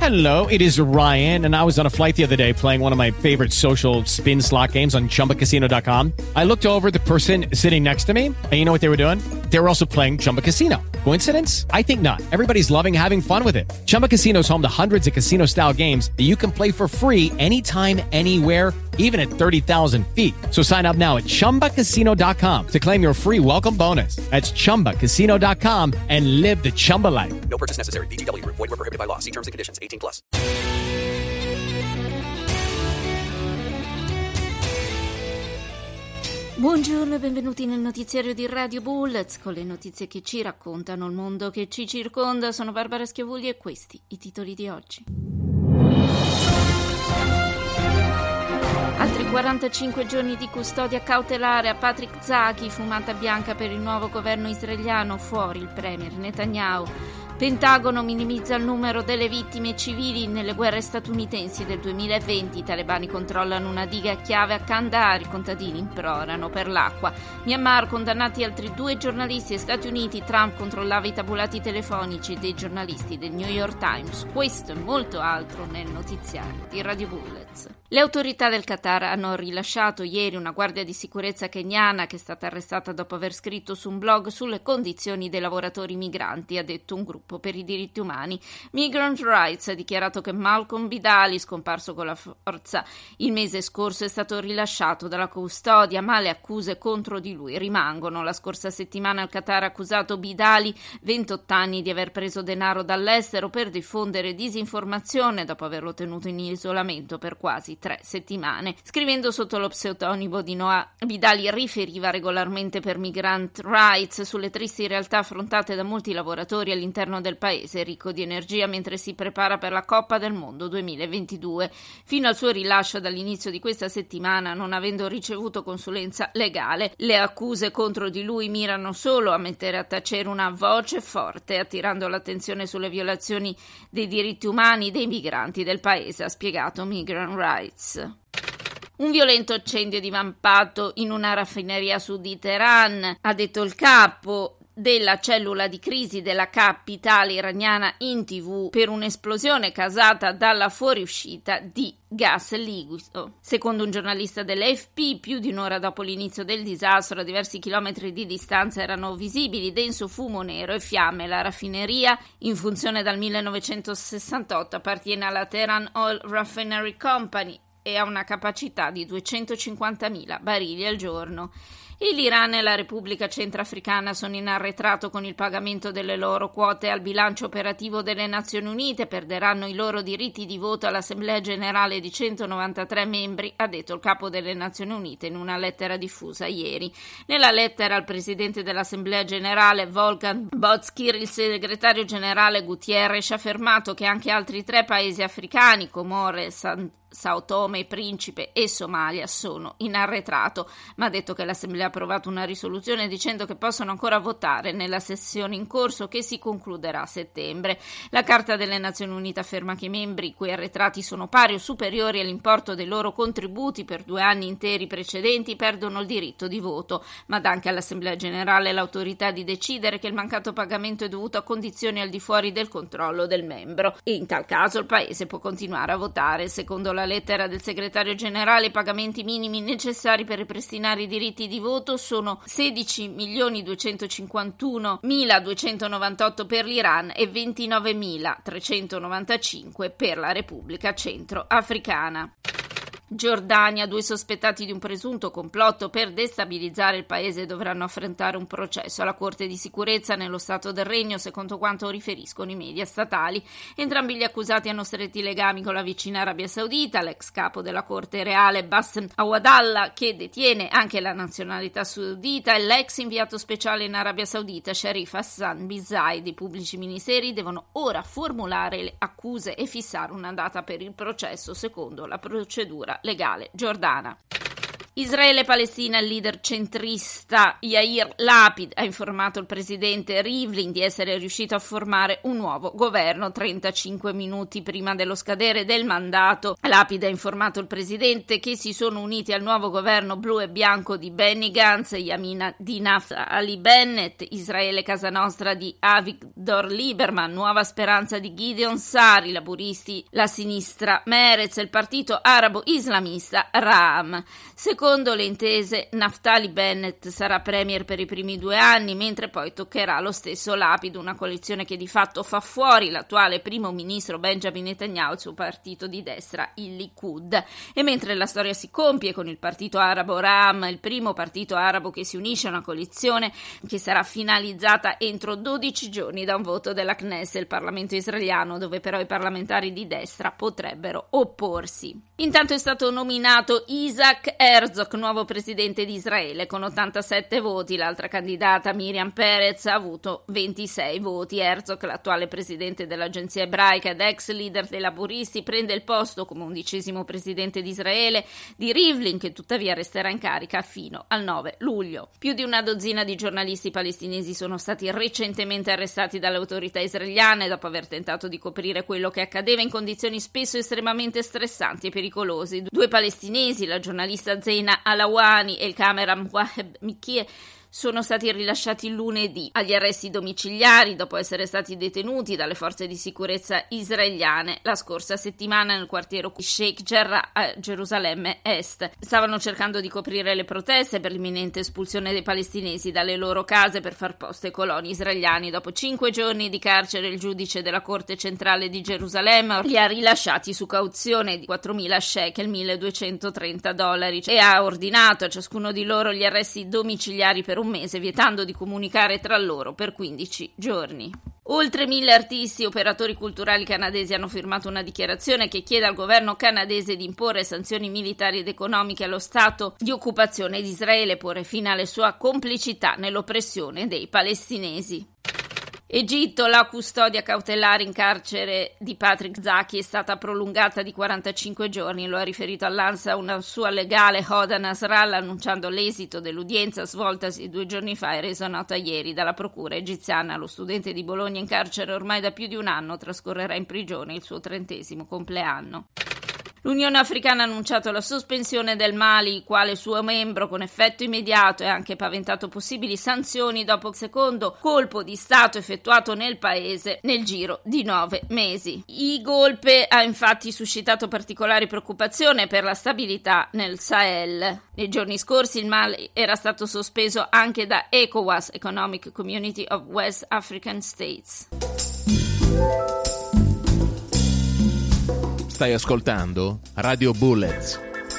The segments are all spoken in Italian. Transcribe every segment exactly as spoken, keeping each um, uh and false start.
Hello, it is Ryan, and I was on a flight the other day playing one of my favorite social spin slot games on Chumba Casino dot com. I looked over at the person sitting next to me, and you know what they were doing? They were also playing Chumba Casino. Coincidence? I think not. Everybody's loving having fun with it. Chumba Casino is home to hundreds of casino-style games that you can play for free anytime, anywhere, even at thirty thousand feet. So sign up now at Chumba Casino dot com to claim your free welcome bonus. That's Chumba Casino dot com and live the Chumba life. No purchase necessary. V G W. Void where prohibited by law. See terms and conditions. eighteen plus. Buongiorno e benvenuti nel notiziario di Radio Bullets con le notizie che ci raccontano il mondo che ci circonda. Sono Barbara Schiavulli e questi i titoli di oggi. Altri quarantacinque giorni di custodia cautelare a Patrick Zaki, fumata bianca per il nuovo governo israeliano, fuori il premier Netanyahu. Pentagono minimizza il numero delle vittime civili nelle guerre statunitensi del duemilaventi. I talebani controllano una diga a chiave a Kandahar, i contadini implorano per l'acqua. Myanmar, condannati altri due giornalisti. Stati Uniti, Trump controllava i tabulati telefonici dei giornalisti del New York Times. Questo e molto altro nel notiziario di Radio Bullets. Le autorità del Qatar hanno rilasciato ieri una guardia di sicurezza keniana che è stata arrestata dopo aver scritto su un blog sulle condizioni dei lavoratori migranti, ha detto un gruppo per i diritti umani. Migrant Rights ha dichiarato che Malcolm Bidali, scomparso con la forza il mese scorso, è stato rilasciato dalla custodia, ma le accuse contro di lui rimangono. La scorsa settimana il Qatar ha accusato Bidali, ventotto anni, di aver preso denaro dall'estero per diffondere disinformazione dopo averlo tenuto in isolamento per quasi tre settimane. Scrivendo sotto lo pseudonimo di Noah, Bidali riferiva regolarmente per Migrant Rights sulle tristi realtà affrontate da molti lavoratori all'interno del paese ricco di energia mentre si prepara per la Coppa del Mondo duemilaventidue. Fino al suo rilascio dall'inizio di questa settimana, non avendo ricevuto consulenza legale, le accuse contro di lui mirano solo a mettere a tacere una voce forte, attirando l'attenzione sulle violazioni dei diritti umani dei migranti del paese, ha spiegato Migrant Rights. Un violento incendio divampato in una raffineria sud di Teheran, ha detto il capo della cellula di crisi della capitale iraniana in tivù per un'esplosione causata dalla fuoriuscita di gas liquido. Secondo un giornalista dell'A F P, più di un'ora dopo l'inizio del disastro, a diversi chilometri di distanza erano visibili denso fumo nero e fiamme. La raffineria, in funzione dal millenovecentosessantotto, appartiene alla Tehran Oil Refinery Company e ha una capacità di duecentocinquantamila barili al giorno. E l'Iran e la Repubblica Centrafricana sono in arretrato con il pagamento delle loro quote al bilancio operativo delle Nazioni Unite, perderanno i loro diritti di voto all'Assemblea Generale di centonovantatré membri, ha detto il capo delle Nazioni Unite in una lettera diffusa ieri. Nella lettera al Presidente dell'Assemblea Generale, Volkan Bozkir, il segretario generale Guterres ha affermato che anche altri tre paesi africani, Comore, San Sao Tome e Principe e Somalia, sono in arretrato, ma ha detto che l'Assemblea ha approvato una risoluzione dicendo che possono ancora votare nella sessione in corso che si concluderà a settembre. La Carta delle Nazioni Unite afferma che i membri i cui arretrati sono pari o superiori all'importo dei loro contributi per due anni interi precedenti perdono il diritto di voto, ma dà anche all'Assemblea Generale l'autorità di decidere che il mancato pagamento è dovuto a condizioni al di fuori del controllo del membro e in tal caso il paese può continuare a votare. Secondo la La lettera del segretario generale, i pagamenti minimi necessari per ripristinare i diritti di voto sono sedici milioni duecentocinquantunomiladuecentonovantotto per l'Iran e ventinovemilatrecentonovantacinque per la Repubblica Centroafricana. Giordania, due sospettati di un presunto complotto per destabilizzare il paese dovranno affrontare un processo alla Corte di sicurezza nello Stato del Regno, secondo quanto riferiscono i media statali. Entrambi gli accusati hanno stretti legami con la vicina Arabia Saudita, l'ex capo della Corte Reale Bassem Awadallah, che detiene anche la nazionalità saudita, e l'ex inviato speciale in Arabia Saudita Sharif Hassan Bizaid. I pubblici ministeri devono ora formulare le accuse e fissare una data per il processo secondo la procedura legale giordana. Israele-Palestina, il leader centrista Yair Lapid ha informato il presidente Rivlin di essere riuscito a formare un nuovo governo trentacinque minuti prima dello scadere del mandato. Lapid ha informato il presidente che si sono uniti al nuovo governo blu e bianco di Benny Gantz, Yamina di Naftali Bennett, Israele Casa Nostra di Avigdor Lieberman, Nuova Speranza di Gideon Sari, i laburisti, la sinistra Meretz e il partito arabo islamista Ra'am. Secondo le intese, Naftali Bennett sarà premier per i primi due anni, mentre poi toccherà lo stesso Lapid, una coalizione che di fatto fa fuori l'attuale primo ministro Benjamin Netanyahu e il suo partito di destra, il Likud. E mentre la storia si compie con il partito arabo Ra'am, il primo partito arabo che si unisce a una coalizione che sarà finalizzata entro dodici giorni da un voto della Knesset, il Parlamento israeliano, dove però i parlamentari di destra potrebbero opporsi. Intanto è stato nominato Isaac Herzog, nuovo presidente di Israele, con ottantasette voti. L'altra candidata, Miriam Peretz, ha avuto ventisei voti. Herzog, l'attuale presidente dell'agenzia ebraica ed ex leader dei laburisti, prende il posto come undicesimo presidente di Israele di Rivlin, che tuttavia resterà in carica fino al nove luglio. Più di una dozzina di giornalisti palestinesi sono stati recentemente arrestati dalle autorità israeliane dopo aver tentato di coprire quello che accadeva in condizioni spesso estremamente stressanti e pericolosi. Due palestinesi, la giornalista Zeina Alawani e il cameraman Waheb Mikie, sono stati rilasciati lunedì agli arresti domiciliari dopo essere stati detenuti dalle forze di sicurezza israeliane la scorsa settimana nel quartiere Sheikh Jarrah a Gerusalemme Est. Stavano cercando di coprire le proteste per l'imminente espulsione dei palestinesi dalle loro case per far posto ai coloni israeliani. Dopo cinque giorni di carcere, il giudice della Corte Centrale di Gerusalemme li ha rilasciati su cauzione di quattromila shekel, milleduecentotrenta dollari, e ha ordinato a ciascuno di loro gli arresti domiciliari per un mese, vietando di comunicare tra loro per quindici giorni. Oltre mille artisti e operatori culturali canadesi hanno firmato una dichiarazione che chiede al governo canadese di imporre sanzioni militari ed economiche allo Stato di occupazione di Israele e porre fine alla sua complicità nell'oppressione dei palestinesi. Egitto, la custodia cautelare in carcere di Patrick Zaki è stata prolungata di quarantacinque giorni, lo ha riferito all'ANSA una sua legale Hoda Nasrallah, annunciando l'esito dell'udienza svoltasi due giorni fa e resa nota ieri dalla procura egiziana. Lo studente di Bologna, in carcere ormai da più di un anno, trascorrerà in prigione il suo trentesimo compleanno. L'Unione Africana ha annunciato la sospensione del Mali, quale suo membro, con effetto immediato, e ha anche paventato possibili sanzioni dopo il secondo colpo di Stato effettuato nel paese nel giro di nove mesi. Il golpe ha infatti suscitato particolari preoccupazioni per la stabilità nel Sahel. Nei giorni scorsi il Mali era stato sospeso anche da ECOWAS, Economic Community of West African States. Stai ascoltando Radio Bullets.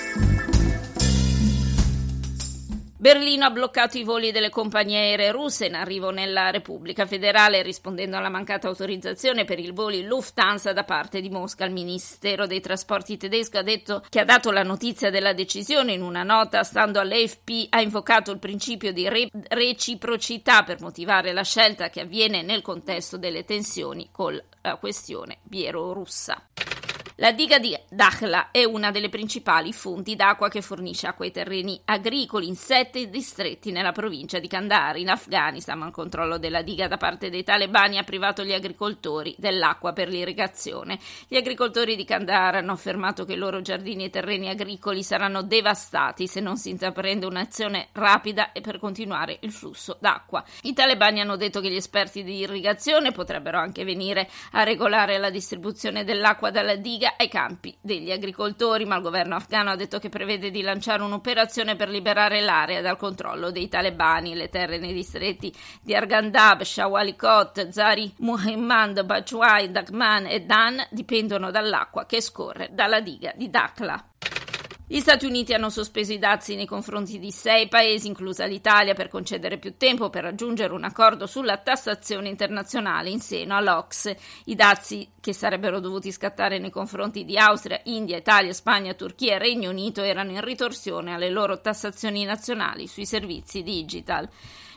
Berlino ha bloccato i voli delle compagnie aeree russe in arrivo nella Repubblica Federale, rispondendo alla mancata autorizzazione per i voli Lufthansa da parte di Mosca. Il Ministero dei Trasporti tedesco ha detto che ha dato la notizia della decisione. In una nota, stando all'A F P, ha invocato il principio di re- reciprocità per motivare la scelta che avviene nel contesto delle tensioni con la questione bielorussa. La diga di Dakhla è una delle principali fonti d'acqua che fornisce acqua ai terreni agricoli in sette distretti nella provincia di Kandahar, in Afghanistan. Ma il controllo della diga da parte dei talebani ha privato gli agricoltori dell'acqua per l'irrigazione. Gli agricoltori di Kandahar hanno affermato che i loro giardini e terreni agricoli saranno devastati se non si intraprende un'azione rapida e per continuare il flusso d'acqua. I talebani hanno detto che gli esperti di irrigazione potrebbero anche venire a regolare la distribuzione dell'acqua dalla diga ai campi degli agricoltori, ma il governo afghano ha detto che prevede di lanciare un'operazione per liberare l'area dal controllo dei talebani. Le terre nei distretti di Arghandab, Shawalikot, Zari, Muhammad, Bajwai, Daghman e Dan dipendono dall'acqua che scorre dalla diga di Dakhla. Gli Stati Uniti hanno sospeso i dazi nei confronti di sei paesi, inclusa l'Italia, per concedere più tempo per raggiungere un accordo sulla tassazione internazionale in seno all'O C S E. I dazi che sarebbero dovuti scattare nei confronti di Austria, India, Italia, Spagna, Turchia e Regno Unito erano in ritorsione alle loro tassazioni nazionali sui servizi digital.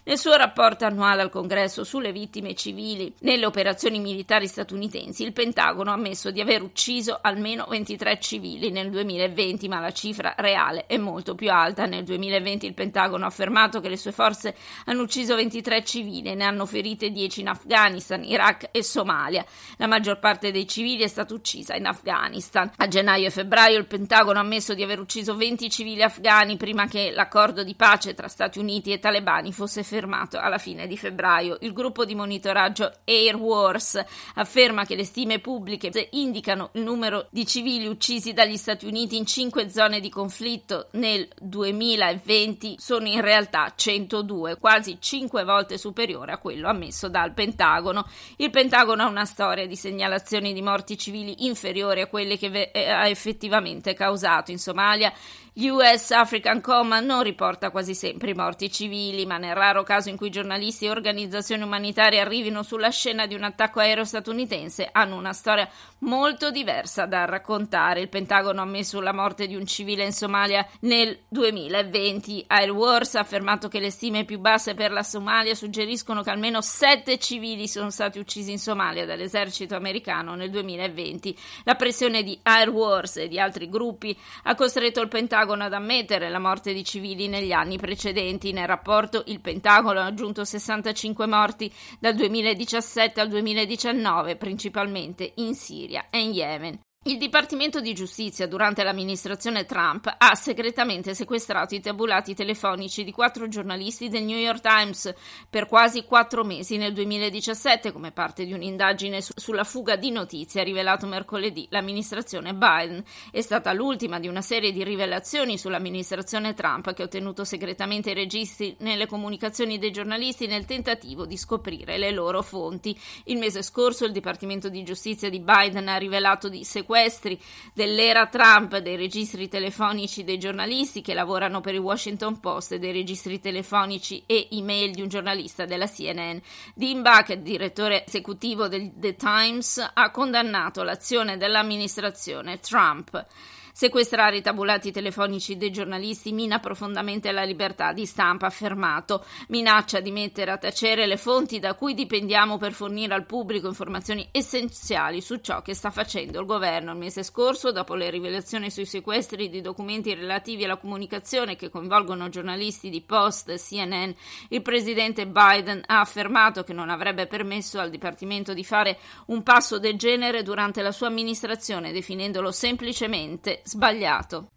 Nel suo rapporto annuale al Congresso sulle vittime civili nelle operazioni militari statunitensi, il Pentagono ha ammesso di aver ucciso almeno ventitré civili nel duemilaventi, ma la cifra reale è molto più alta. Nel duemilaventi il Pentagono ha affermato che le sue forze hanno ucciso ventitré civili e ne hanno ferite dieci in Afghanistan, Iraq e Somalia. La maggior parte dei civili è stata uccisa in Afghanistan. A gennaio e febbraio il Pentagono ha ammesso di aver ucciso venti civili afghani prima che l'accordo di pace tra Stati Uniti e talebani fosse fermato alla fine di febbraio. Il gruppo di monitoraggio Air Wars afferma che le stime pubbliche indicano il numero di civili uccisi dagli Stati Uniti in cinque zone di conflitto nel duemilaventi sono in realtà centodue, quasi cinque volte superiore a quello ammesso dal Pentagono. Il Pentagono ha una storia di segnalazioni di morti civili inferiore a quelle che ha effettivamente causato. In Somalia U S African Command non riporta quasi sempre i morti civili, ma nel raro caso in cui giornalisti e organizzazioni umanitarie arrivino sulla scena di un attacco aereo statunitense hanno una storia molto diversa da raccontare. Il Pentagono ha ammesso la morte di un civile in Somalia nel duemilaventi. Air Wars ha affermato che le stime più basse per la Somalia suggeriscono che almeno sette civili sono stati uccisi in Somalia dall'esercito americano nel duemilaventi. La pressione di Air Wars e di altri gruppi ha costretto il Pentagono ad ammettere la morte di civili negli anni precedenti. Nel rapporto il Pentagono ha aggiunto sessantacinque morti dal duemiladiciassette al duemiladiciannove, principalmente in Siria e in Yemen. Il Dipartimento di Giustizia durante l'amministrazione Trump ha segretamente sequestrato i tabulati telefonici di quattro giornalisti del New York Times per quasi quattro mesi nel duemiladiciassette come parte di un'indagine su- sulla fuga di notizie, ha rivelato mercoledì l'amministrazione Biden. È stata l'ultima di una serie di rivelazioni sull'amministrazione Trump che ha ottenuto segretamente i registri nelle comunicazioni dei giornalisti nel tentativo di scoprire le loro fonti. Il mese scorso il Dipartimento di Giustizia di Biden ha rivelato di sequestrare dell'era Trump dei registri telefonici dei giornalisti che lavorano per il Washington Post e dei registri telefonici e email di un giornalista della C N N. Dean Bucket, direttore esecutivo del The Times, ha condannato l'azione dell'amministrazione Trump. Sequestrare i tabulati telefonici dei giornalisti mina profondamente la libertà di stampa, ha affermato. Minaccia di mettere a tacere le fonti da cui dipendiamo per fornire al pubblico informazioni essenziali su ciò che sta facendo il governo. Il mese scorso, dopo le rivelazioni sui sequestri di documenti relativi alla comunicazione che coinvolgono giornalisti di Post e C N N, il presidente Biden ha affermato che non avrebbe permesso al Dipartimento di fare un passo del genere durante la sua amministrazione, definendolo semplicemente sbagliato.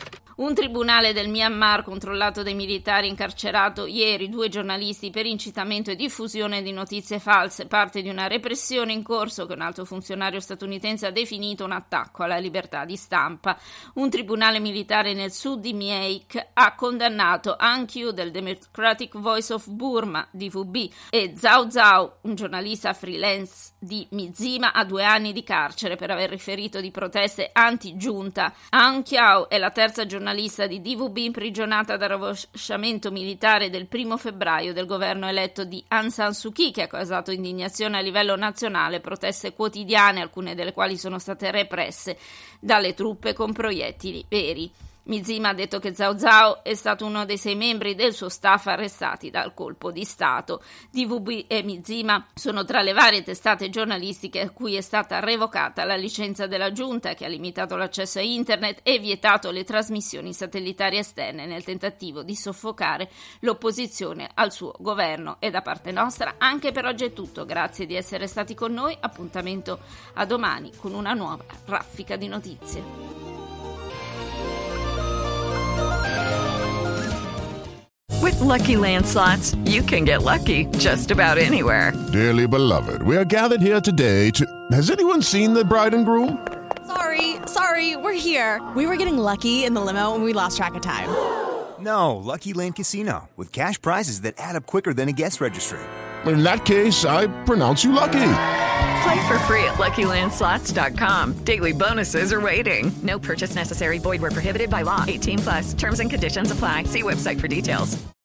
Un tribunale del Myanmar controllato dai militari ha incarcerato ieri due giornalisti per incitamento e diffusione di notizie false, parte di una repressione in corso che un alto funzionario statunitense ha definito un attacco alla libertà di stampa. Un tribunale militare nel sud di Myeik ha condannato Aung Kyaw del Democratic Voice of Burma, D V B, e Zhao Zhao, un giornalista freelance di Mizima, a due anni di carcere per aver riferito di proteste anti-giunta. Aung Kyaw è la terza giornalista giornalista di D V B imprigionata dal rovesciamento militare del primo febbraio del governo eletto di Aung San Suu Kyi, che ha causato indignazione a livello nazionale, proteste quotidiane, alcune delle quali sono state represse dalle truppe con proiettili veri. Mizima ha detto che Zhao Zhao è stato uno dei sei membri del suo staff arrestati dal colpo di Stato. D V B e Mizima sono tra le varie testate giornalistiche a cui è stata revocata la licenza della giunta, che ha limitato l'accesso a internet e vietato le trasmissioni satellitari esterne nel tentativo di soffocare l'opposizione al suo governo. E da parte nostra anche per oggi è tutto. Grazie di essere stati con noi. Appuntamento a domani con una nuova raffica di notizie. With Lucky Land Slots, you can get lucky just about anywhere. Dearly beloved, we are gathered here today to... Has anyone seen the bride and groom? Sorry, sorry, we're here. We were getting lucky in the limo and we lost track of time. No, Lucky Land Casino, with cash prizes that add up quicker than a guest registry. In that case, I pronounce you lucky. Play for free at Lucky Land Slots dot com. Daily bonuses are waiting. No purchase necessary. Void where prohibited by law. eighteen plus. Terms and conditions apply. See website for details.